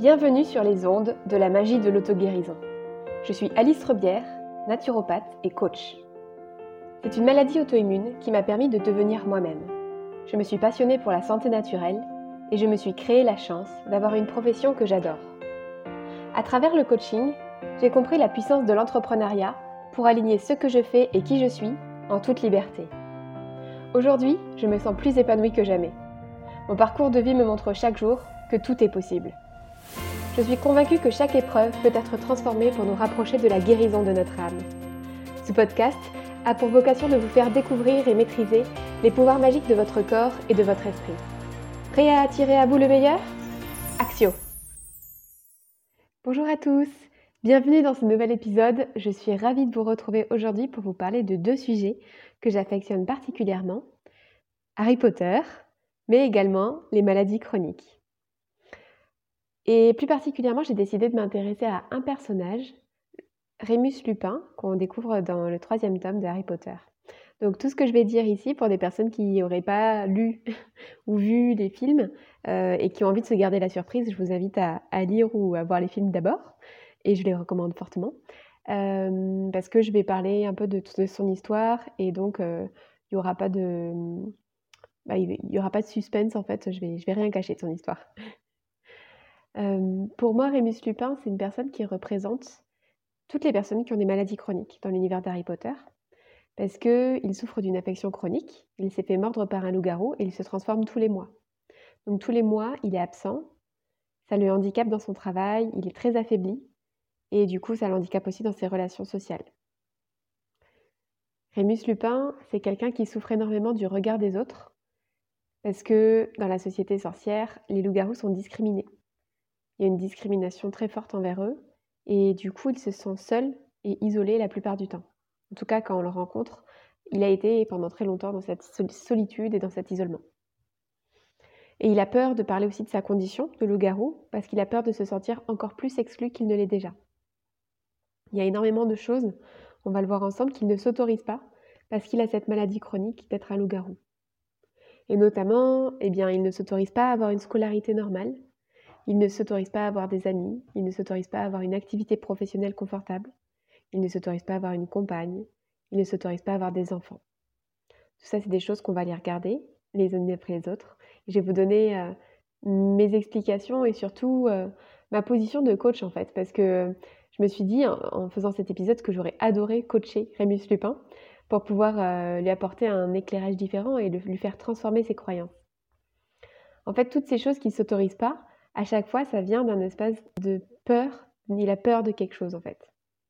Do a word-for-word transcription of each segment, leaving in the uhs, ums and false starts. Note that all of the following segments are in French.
Bienvenue sur les ondes de la magie de l'auto-guérison. Je suis Alice Rebière, naturopathe et coach. C'est une maladie auto-immune qui m'a permis de devenir moi-même. Je me suis passionnée pour la santé naturelle et je me suis créé la chance d'avoir une profession que j'adore. À travers le coaching, j'ai compris la puissance de l'entrepreneuriat pour aligner ce que je fais et qui je suis en toute liberté. Aujourd'hui, je me sens plus épanouie que jamais. Mon parcours de vie me montre chaque jour que tout est possible. Je suis convaincue que chaque épreuve peut être transformée pour nous rapprocher de la guérison de notre âme. Ce podcast a pour vocation de vous faire découvrir et maîtriser les pouvoirs magiques de votre corps et de votre esprit. Prêt à attirer à vous le meilleur ? Axio ! Bonjour à tous, bienvenue dans ce nouvel épisode. Je suis ravie de vous retrouver aujourd'hui pour vous parler de deux sujets que j'affectionne particulièrement. Harry Potter, mais également les maladies chroniques. Et plus particulièrement, j'ai décidé de m'intéresser à un personnage, Rémus Lupin, qu'on découvre dans le troisième tome de Harry Potter. Donc tout ce que je vais dire ici, pour des personnes qui n'auraient pas lu ou vu les films euh, et qui ont envie de se garder la surprise, je vous invite à, à lire ou à voir les films d'abord, et je les recommande fortement, euh, parce que je vais parler un peu de, de son histoire, et donc euh, il n'y aura pas de... Bah, il n'y aura pas de suspense en fait, je vais, je vais rien cacher de son histoire. Euh, pour moi, Rémus Lupin, c'est une personne qui représente toutes les personnes qui ont des maladies chroniques dans l'univers d'Harry Potter, parce qu'il souffre d'une affection chronique, il s'est fait mordre par un loup-garou et il se transforme tous les mois. Donc tous les mois, il est absent, ça le handicape dans son travail, il est très affaibli, et du coup, ça le handicape aussi dans ses relations sociales. Rémus Lupin, c'est quelqu'un qui souffre énormément du regard des autres, parce que dans la société sorcière, les loups-garous sont discriminés. Il y a une discrimination très forte envers eux, et du coup, il se sent seul et isolé la plupart du temps. En tout cas, quand on le rencontre, il a été pendant très longtemps dans cette solitude et dans cet isolement. Et il a peur de parler aussi de sa condition de loup-garou, parce qu'il a peur de se sentir encore plus exclu qu'il ne l'est déjà. Il y a énormément de choses, on va le voir ensemble, qu'il ne s'autorise pas, parce qu'il a cette maladie chronique d'être un loup-garou. Et notamment, eh bien, il ne s'autorise pas à avoir une scolarité normale, il ne s'autorise pas à avoir des amis, il ne s'autorise pas à avoir une activité professionnelle confortable, il ne s'autorise pas à avoir une compagne, il ne s'autorise pas à avoir des enfants. Tout ça, c'est des choses qu'on va aller regarder, les unes après les autres. Je vais vous donner euh, mes explications et surtout euh, ma position de coach en fait, parce que je me suis dit en, en faisant cet épisode que j'aurais adoré coacher Rémus Lupin pour pouvoir euh, lui apporter un éclairage différent et le, lui faire transformer ses croyances. En fait, toutes ces choses qu'il ne s'autorise pas, à chaque fois, ça vient d'un espace de peur, il a peur de quelque chose en fait.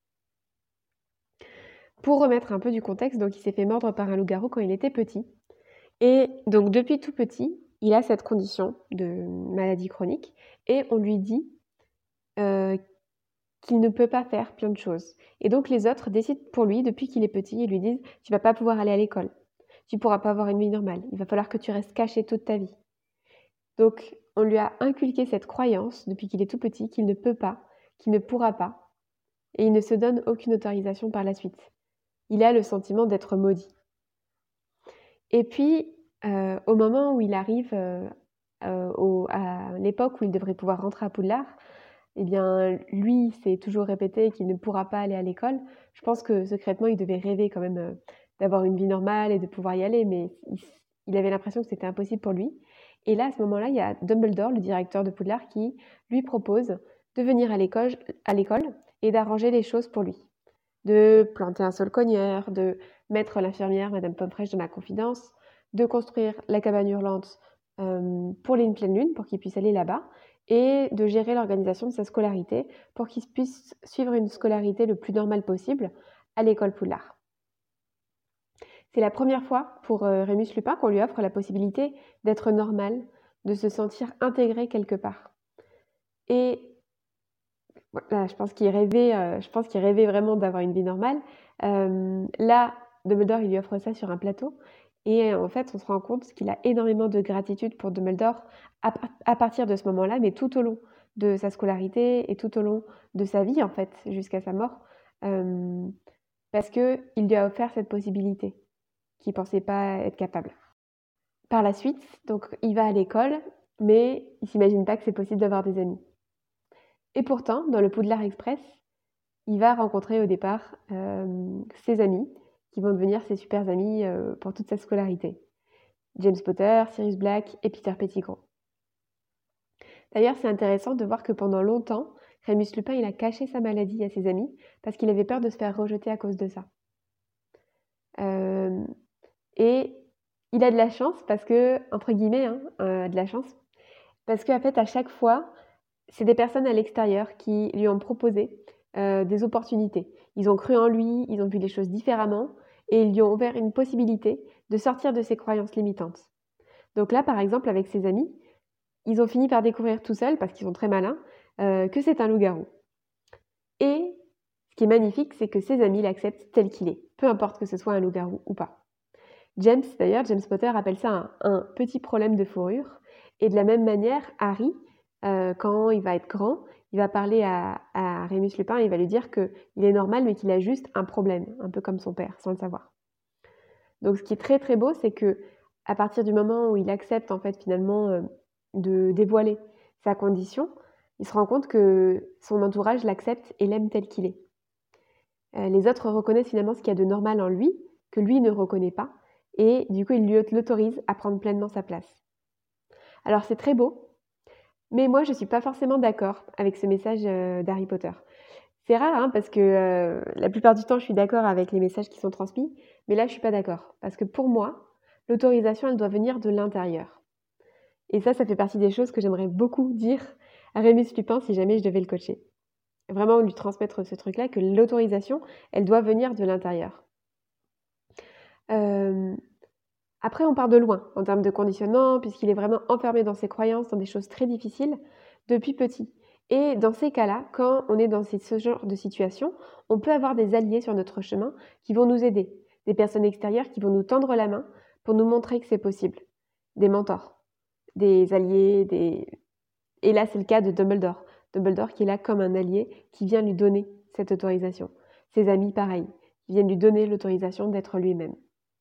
Pour remettre un peu du contexte, donc il s'est fait mordre par un loup-garou quand il était petit. Et donc depuis tout petit, il a cette condition de maladie chronique et on lui dit euh, qu'il ne peut pas faire plein de choses. Et donc les autres décident pour lui, depuis qu'il est petit, ils lui disent « tu ne vas pas pouvoir aller à l'école, tu ne pourras pas avoir une vie normale, il va falloir que tu restes caché toute ta vie ». Donc on lui a inculqué cette croyance depuis qu'il est tout petit qu'il ne peut pas, qu'il ne pourra pas, et il ne se donne aucune autorisation par la suite. Il a le sentiment d'être maudit. Et puis, euh, au moment où il arrive euh, euh, au, à l'époque où il devrait pouvoir rentrer à Poudlard, eh bien, lui s'est toujours répété qu'il ne pourra pas aller à l'école. Je pense que secrètement, il devait rêver quand même euh, d'avoir une vie normale et de pouvoir y aller, mais il, il avait l'impression que c'était impossible pour lui. Et là, à ce moment-là, il y a Dumbledore, le directeur de Poudlard, qui lui propose de venir à l'école, à l'école et d'arranger les choses pour lui. De planter un saule-cogneur, de mettre l'infirmière Madame Pomme-Fraîche dans la confidence, de construire la cabane hurlante euh, pour les pleine lune, pour qu'il puisse aller là-bas, et de gérer l'organisation de sa scolarité pour qu'il puisse suivre une scolarité le plus normale possible à l'école Poudlard. C'est la première fois pour euh, Rémus Lupin qu'on lui offre la possibilité d'être normal, de se sentir intégré quelque part. Et voilà, je pense qu'il rêvait, euh, je pense qu'il rêvait vraiment d'avoir une vie normale. Euh, là, Dumbledore, il lui offre ça sur un plateau. Et en fait, on se rend compte qu'il a énormément de gratitude pour Dumbledore à, à partir de ce moment-là, mais tout au long de sa scolarité et tout au long de sa vie, en fait, jusqu'à sa mort, euh, parce qu'il lui a offert cette possibilité qu'il ne pensait pas être capable. Par la suite, donc, il va à l'école, mais il ne s'imagine pas que c'est possible d'avoir des amis. Et pourtant, dans le Poudlard Express, il va rencontrer au départ euh, ses amis, qui vont devenir ses super amis euh, pour toute sa scolarité. James Potter, Sirius Black et Peter Pettigrew. D'ailleurs, c'est intéressant de voir que pendant longtemps, Remus Lupin il a caché sa maladie à ses amis parce qu'il avait peur de se faire rejeter à cause de ça. Euh, et il a de la chance parce que, entre guillemets, hein, euh, de la chance, parce qu'en fait, à chaque fois, c'est des personnes à l'extérieur qui lui ont proposé euh, des opportunités. Ils ont cru en lui, ils ont vu les choses différemment et ils lui ont ouvert une possibilité de sortir de ses croyances limitantes. Donc là, par exemple, avec ses amis, ils ont fini par découvrir tout seuls, parce qu'ils sont très malins, euh, que c'est un loup-garou. Et ce qui est magnifique, c'est que ses amis l'acceptent tel qu'il est, peu importe que ce soit un loup-garou ou pas. James, d'ailleurs, James Potter appelle ça un, un petit problème de fourrure. Et de la même manière, Harry, euh, quand il va être grand, il va parler à, à Remus Lupin et il va lui dire qu'il est normal, mais qu'il a juste un problème, un peu comme son père, sans le savoir. Donc ce qui est très très beau, c'est que à partir du moment où il accepte en fait finalement euh, de dévoiler sa condition, il se rend compte que son entourage l'accepte et l'aime tel qu'il est. Euh, les autres reconnaissent finalement ce qu'il y a de normal en lui, que lui ne reconnaît pas, et du coup, il lui l'autorise à prendre pleinement sa place. Alors, c'est très beau, mais moi, je ne suis pas forcément d'accord avec ce message euh, d'Harry Potter. C'est rare, hein, parce que euh, la plupart du temps, je suis d'accord avec les messages qui sont transmis, mais là, je ne suis pas d'accord. Parce que pour moi, l'autorisation, elle doit venir de l'intérieur. Et ça, ça fait partie des choses que j'aimerais beaucoup dire à Remus Lupin si jamais je devais le coacher. Vraiment lui transmettre ce truc-là, que l'autorisation, elle doit venir de l'intérieur. Euh, Après, on part de loin en termes de conditionnement, puisqu'il est vraiment enfermé dans ses croyances, dans des choses très difficiles, depuis petit. Et dans ces cas-là, quand on est dans ce genre de situation, on peut avoir des alliés sur notre chemin qui vont nous aider, des personnes extérieures qui vont nous tendre la main pour nous montrer que c'est possible, des mentors, des alliés, des... Et là, c'est le cas de Dumbledore. Dumbledore qui est là comme un allié, qui vient lui donner cette autorisation. Ses amis, pareil, qui viennent lui donner l'autorisation d'être lui-même.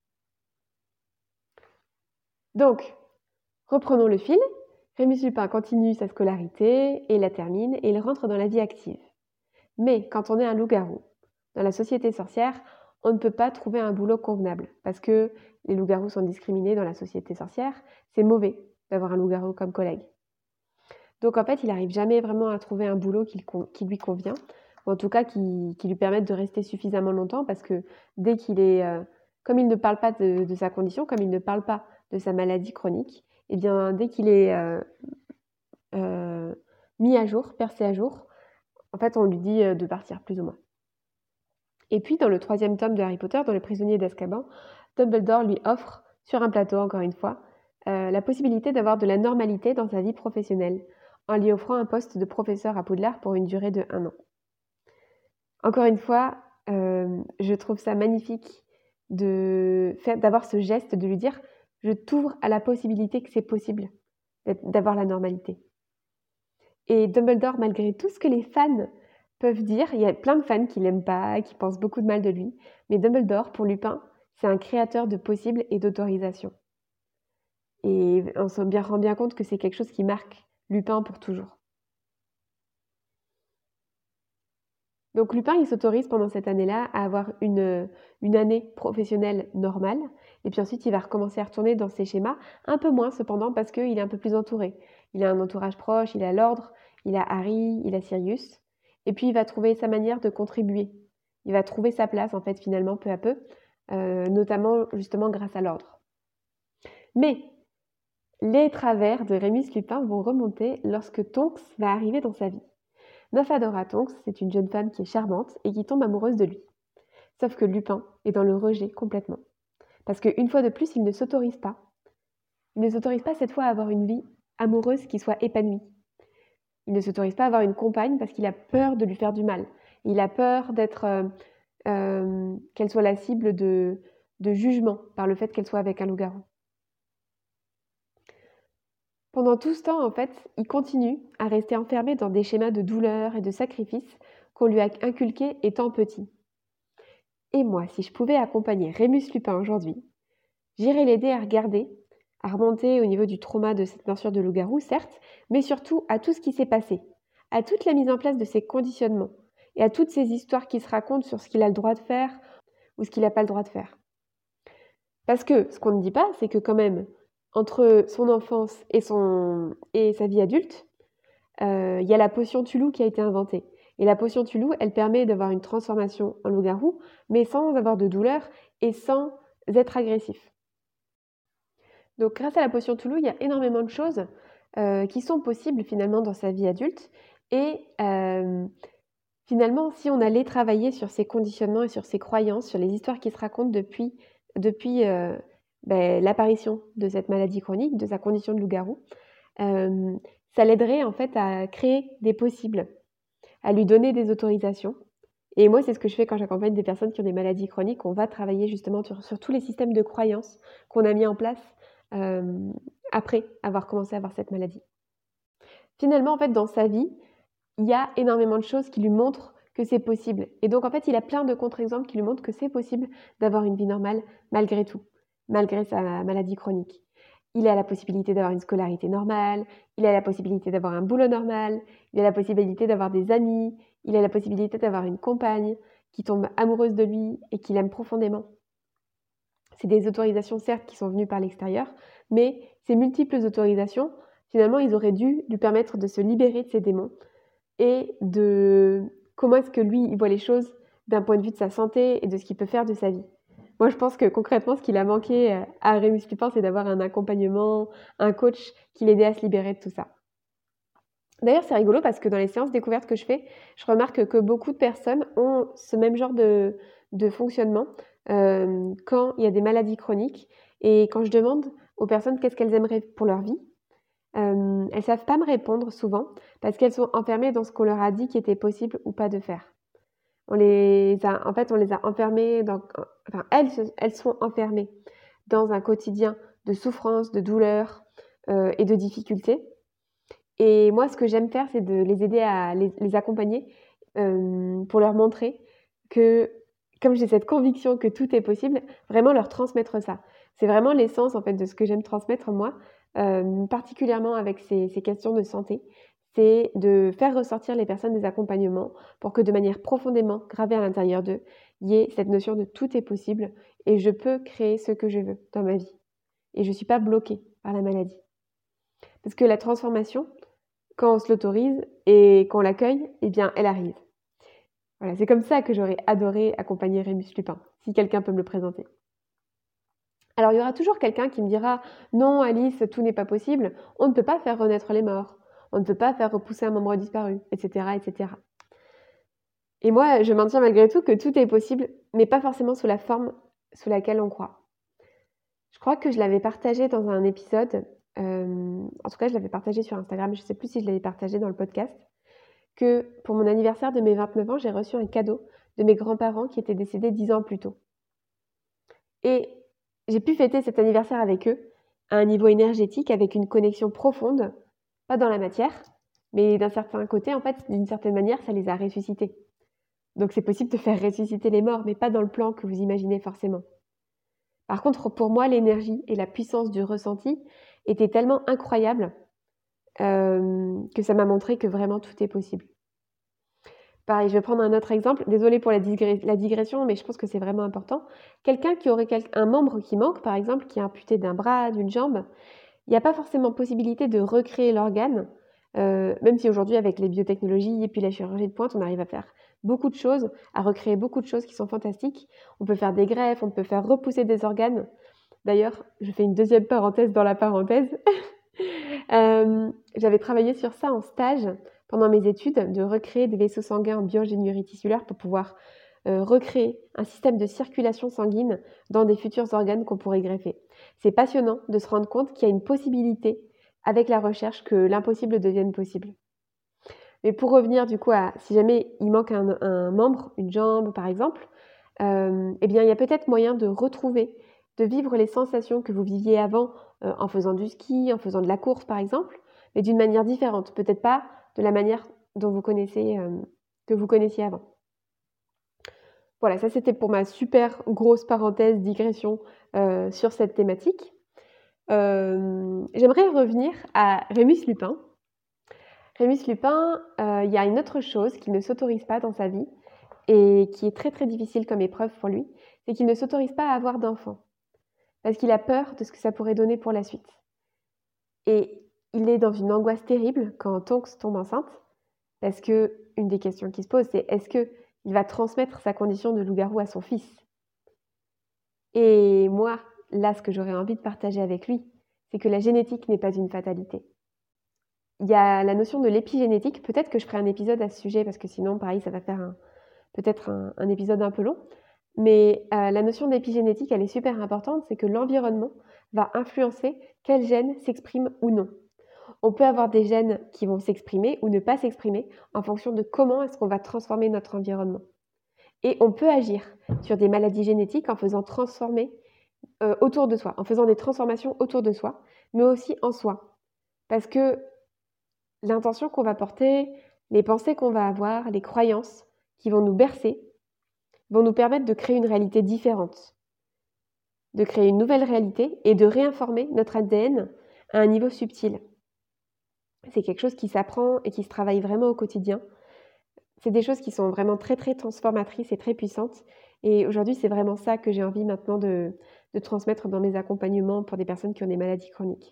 Donc, reprenons le fil. Remus Lupin continue sa scolarité et la termine et il rentre dans la vie active. Mais quand on est un loup-garou, dans la société sorcière, on ne peut pas trouver un boulot convenable parce que les loups-garous sont discriminés dans la société sorcière. C'est mauvais d'avoir un loup-garou comme collègue. Donc en fait, il n'arrive jamais vraiment à trouver un boulot qui, qui lui convient, ou en tout cas qui, qui lui permette de rester suffisamment longtemps parce que dès qu'il est... Euh, comme il ne parle pas de, de sa condition, comme il ne parle pas de sa maladie chronique, et eh bien dès qu'il est euh, euh, mis à jour, percé à jour, en fait on lui dit de partir plus ou moins. Et puis dans le troisième tome de Harry Potter, dans Le Prisonnier d'Azkaban, Dumbledore lui offre, sur un plateau encore une fois, euh, la possibilité d'avoir de la normalité dans sa vie professionnelle, en lui offrant un poste de professeur à Poudlard pour une durée de un an. Encore une fois, euh, je trouve ça magnifique de faire, d'avoir ce geste, de lui dire « je t'ouvre à la possibilité que c'est possible d'avoir la normalité ». Et Dumbledore, malgré tout ce que les fans peuvent dire, il y a plein de fans qui l'aiment pas, qui pensent beaucoup de mal de lui, mais Dumbledore, pour Lupin, c'est un créateur de possibles et d'autorisation. Et on se bien, rend bien compte que c'est quelque chose qui marque Lupin pour toujours. Donc Lupin, il s'autorise pendant cette année-là à avoir une, une année professionnelle normale, et puis ensuite il va recommencer à retourner dans ses schémas, un peu moins cependant parce qu'il est un peu plus entouré. Il a un entourage proche, il a l'ordre, il a Harry, il a Sirius, et puis il va trouver sa manière de contribuer. Il va trouver sa place en fait finalement peu à peu, euh, notamment justement grâce à l'ordre. Mais les travers de Remus Lupin vont remonter lorsque Tonks va arriver dans sa vie. Nymphadora Tonks, c'est une jeune femme qui est charmante et qui tombe amoureuse de lui. Sauf que Lupin est dans le rejet complètement. Parce qu'une fois de plus, il ne s'autorise pas. Il ne s'autorise pas cette fois à avoir une vie amoureuse qui soit épanouie. Il ne s'autorise pas à avoir une compagne parce qu'il a peur de lui faire du mal. Il a peur d'être, euh, euh, qu'elle soit la cible de, de jugement par le fait qu'elle soit avec un loup-garou. Pendant tout ce temps, en fait, il continue à rester enfermé dans des schémas de douleur et de sacrifice qu'on lui a inculqués étant petit. Et moi, si je pouvais accompagner Remus Lupin aujourd'hui, j'irais l'aider à regarder, à remonter au niveau du trauma de cette morsure de loup-garou, certes, mais surtout à tout ce qui s'est passé, à toute la mise en place de ces conditionnements et à toutes ces histoires qui se racontent sur ce qu'il a le droit de faire ou ce qu'il n'a pas le droit de faire. Parce que ce qu'on ne dit pas, c'est que quand même, entre son enfance et, son... et sa vie adulte, euh, il y a la potion Tulou qui a été inventée. Et la potion Tulou, elle permet d'avoir une transformation en loup-garou, mais sans avoir de douleur et sans être agressif. Donc grâce à la potion Tulou, il y a énormément de choses euh, qui sont possibles finalement dans sa vie adulte. Et euh, finalement, si on allait travailler sur ces conditionnements et sur ces croyances, sur les histoires qui se racontent depuis, depuis euh, ben, l'apparition de cette maladie chronique, de sa condition de loup-garou, euh, ça l'aiderait en fait à créer des possibles, à lui donner des autorisations. Et moi, c'est ce que je fais quand j'accompagne des personnes qui ont des maladies chroniques. On va travailler justement sur, sur tous les systèmes de croyances qu'on a mis en place euh, après avoir commencé à avoir cette maladie. Finalement, en fait, dans sa vie, il y a énormément de choses qui lui montrent que c'est possible. Et donc, en fait, il a plein de contre-exemples qui lui montrent que c'est possible d'avoir une vie normale malgré tout, malgré sa maladie chronique. Il a la possibilité d'avoir une scolarité normale, il a la possibilité d'avoir un boulot normal, il a la possibilité d'avoir des amis, il a la possibilité d'avoir une compagne qui tombe amoureuse de lui et qui l'aime profondément. C'est des autorisations, certes, qui sont venues par l'extérieur, mais ces multiples autorisations, finalement, ils auraient dû lui permettre de se libérer de ses démons et de comment est-ce que lui, il voit les choses d'un point de vue de sa santé et de ce qu'il peut faire de sa vie. Moi, je pense que concrètement, ce qu'il a manqué à Rémus Lupin, c'est d'avoir un accompagnement, un coach qui l'aidait à se libérer de tout ça. D'ailleurs, c'est rigolo parce que dans les séances découvertes que je fais, je remarque que beaucoup de personnes ont ce même genre de, de fonctionnement euh, quand il y a des maladies chroniques. Et quand je demande aux personnes qu'est-ce qu'elles aimeraient pour leur vie, euh, elles ne savent pas me répondre souvent parce qu'elles sont enfermées dans ce qu'on leur a dit qui était possible ou pas de faire. On les a, en fait, on les a enfermées, dans, enfin, elles, elles sont enfermées dans un quotidien de souffrance, de douleur euh, et de difficultés. Et moi, ce que j'aime faire, c'est de les aider à les, les accompagner euh, pour leur montrer que, comme j'ai cette conviction que tout est possible, vraiment leur transmettre ça. C'est vraiment l'essence en fait de ce que j'aime transmettre moi, euh, particulièrement avec ces, ces questions de santé. C'est de faire ressortir les personnes des accompagnements pour que de manière profondément gravée à l'intérieur d'eux, il y ait cette notion de tout est possible et je peux créer ce que je veux dans ma vie. Et je ne suis pas bloquée par la maladie. Parce que la transformation, quand on se l'autorise et qu'on l'accueille, eh bien, elle arrive. Voilà, c'est comme ça que j'aurais adoré accompagner Rémus Lupin, si quelqu'un peut me le présenter. Alors, il y aura toujours quelqu'un qui me dira « Non, Alice, tout n'est pas possible, on ne peut pas faire renaître les morts, on ne peut pas faire repousser un membre disparu, et cetera, et cetera » Et moi, je maintiens malgré tout que tout est possible, mais pas forcément sous la forme sous laquelle on croit. Je crois que je l'avais partagé dans un épisode, euh, en tout cas, je l'avais partagé sur Instagram, je ne sais plus si je l'avais partagé dans le podcast, que pour mon anniversaire de mes vingt-neuf ans, j'ai reçu un cadeau de mes grands-parents qui étaient décédés dix ans plus tôt. Et j'ai pu fêter cet anniversaire avec eux à un niveau énergétique, avec une connexion profonde, pas dans la matière, mais d'un certain côté, en fait, d'une certaine manière, ça les a ressuscités. Donc c'est possible de faire ressusciter les morts, mais pas dans le plan que vous imaginez forcément. Par contre, pour moi, l'énergie et la puissance du ressenti étaient tellement incroyables euh, que ça m'a montré que vraiment tout est possible. Pareil, je vais prendre un autre exemple. Désolée pour la, digré- la digression, mais je pense que c'est vraiment important. Quelqu'un qui aurait quel- un membre qui manque, par exemple, qui est amputé d'un bras, d'une jambe, il n'y a pas forcément possibilité de recréer l'organe, euh, même si aujourd'hui, avec les biotechnologies et puis la chirurgie de pointe, on arrive à faire beaucoup de choses, à recréer beaucoup de choses qui sont fantastiques. On peut faire des greffes, on peut faire repousser des organes. D'ailleurs, je fais une deuxième parenthèse dans la parenthèse. euh, j'avais travaillé sur ça en stage pendant mes études, de recréer des vaisseaux sanguins en bioingénierie tissulaire pour pouvoir euh, recréer un système de circulation sanguine dans des futurs organes qu'on pourrait greffer. C'est passionnant de se rendre compte qu'il y a une possibilité avec la recherche que l'impossible devienne possible. Mais pour revenir du coup à si jamais il manque un, un membre, une jambe par exemple, euh, eh bien il y a peut-être moyen de retrouver, de vivre les sensations que vous viviez avant euh, en faisant du ski, en faisant de la course par exemple, mais d'une manière différente, peut-être pas de la manière dont vous connaissez, euh, que vous connaissiez avant. Voilà, ça c'était pour ma super grosse parenthèse, digression euh, sur cette thématique. Euh, j'aimerais revenir à Rémus Lupin. Rémus Lupin, euh, il y a une autre chose qu'il ne s'autorise pas dans sa vie et qui est très très difficile comme épreuve pour lui, c'est qu'il ne s'autorise pas à avoir d'enfants parce qu'il a peur de ce que ça pourrait donner pour la suite. Et il est dans une angoisse terrible quand Tonks tombe enceinte parce que une des questions qui se pose, c'est est-ce qu'il va transmettre sa condition de loup-garou à son fils? Et moi, là, ce que j'aurais envie de partager avec lui, c'est que la génétique n'est pas une fatalité. Il y a la notion de l'épigénétique. Peut-être que je ferai un épisode à ce sujet parce que sinon, pareil, ça va faire un, peut-être un, un épisode un peu long. Mais euh, la notion d'épigénétique, elle est super importante. C'est que l'environnement va influencer quels gènes s'expriment ou non. On peut avoir des gènes qui vont s'exprimer ou ne pas s'exprimer en fonction de comment est-ce qu'on va transformer notre environnement. Et on peut agir sur des maladies génétiques en faisant transformer euh, autour de soi, en faisant des transformations autour de soi, mais aussi en soi. Parce que l'intention qu'on va porter, les pensées qu'on va avoir, les croyances qui vont nous bercer, vont nous permettre de créer une réalité différente, de créer une nouvelle réalité et de réinformer notre A D N à un niveau subtil. C'est quelque chose qui s'apprend et qui se travaille vraiment au quotidien. C'est des choses qui sont vraiment très très transformatrices et très puissantes. Et aujourd'hui, c'est vraiment ça que j'ai envie maintenant de, de transmettre dans mes accompagnements pour des personnes qui ont des maladies chroniques.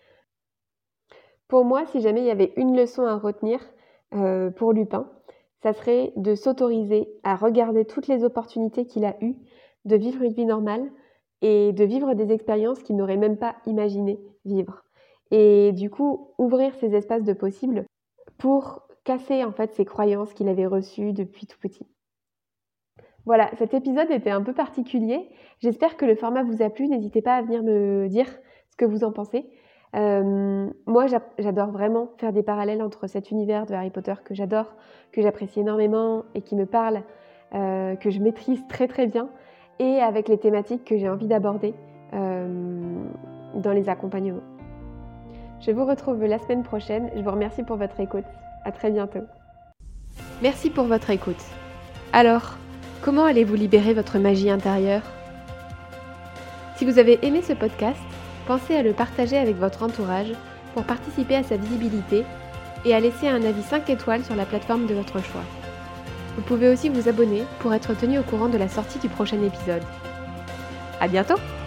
Pour moi, si jamais il y avait une leçon à retenir euh, pour Lupin, ça serait de s'autoriser à regarder toutes les opportunités qu'il a eues de vivre une vie normale et de vivre des expériences qu'il n'aurait même pas imaginé vivre. Et du coup, ouvrir ces espaces de possible pour casser en fait ces croyances qu'il avait reçues depuis tout petit. Voilà, cet épisode était un peu particulier. J'espère que le format vous a plu. N'hésitez pas à venir me dire ce que vous en pensez. Euh, moi, j'adore vraiment faire des parallèles entre cet univers de Harry Potter que j'adore, que j'apprécie énormément et qui me parle, euh, que je maîtrise très très bien, et avec les thématiques que j'ai envie d'aborder euh, dans les accompagnements. Je vous retrouve la semaine prochaine. Je vous remercie pour votre écoute. À très bientôt. Merci pour votre écoute. Alors, comment allez-vous libérer votre magie intérieure ? Si vous avez aimé ce podcast, pensez à le partager avec votre entourage pour participer à sa visibilité et à laisser un avis cinq étoiles sur la plateforme de votre choix. Vous pouvez aussi vous abonner pour être tenu au courant de la sortie du prochain épisode. À bientôt!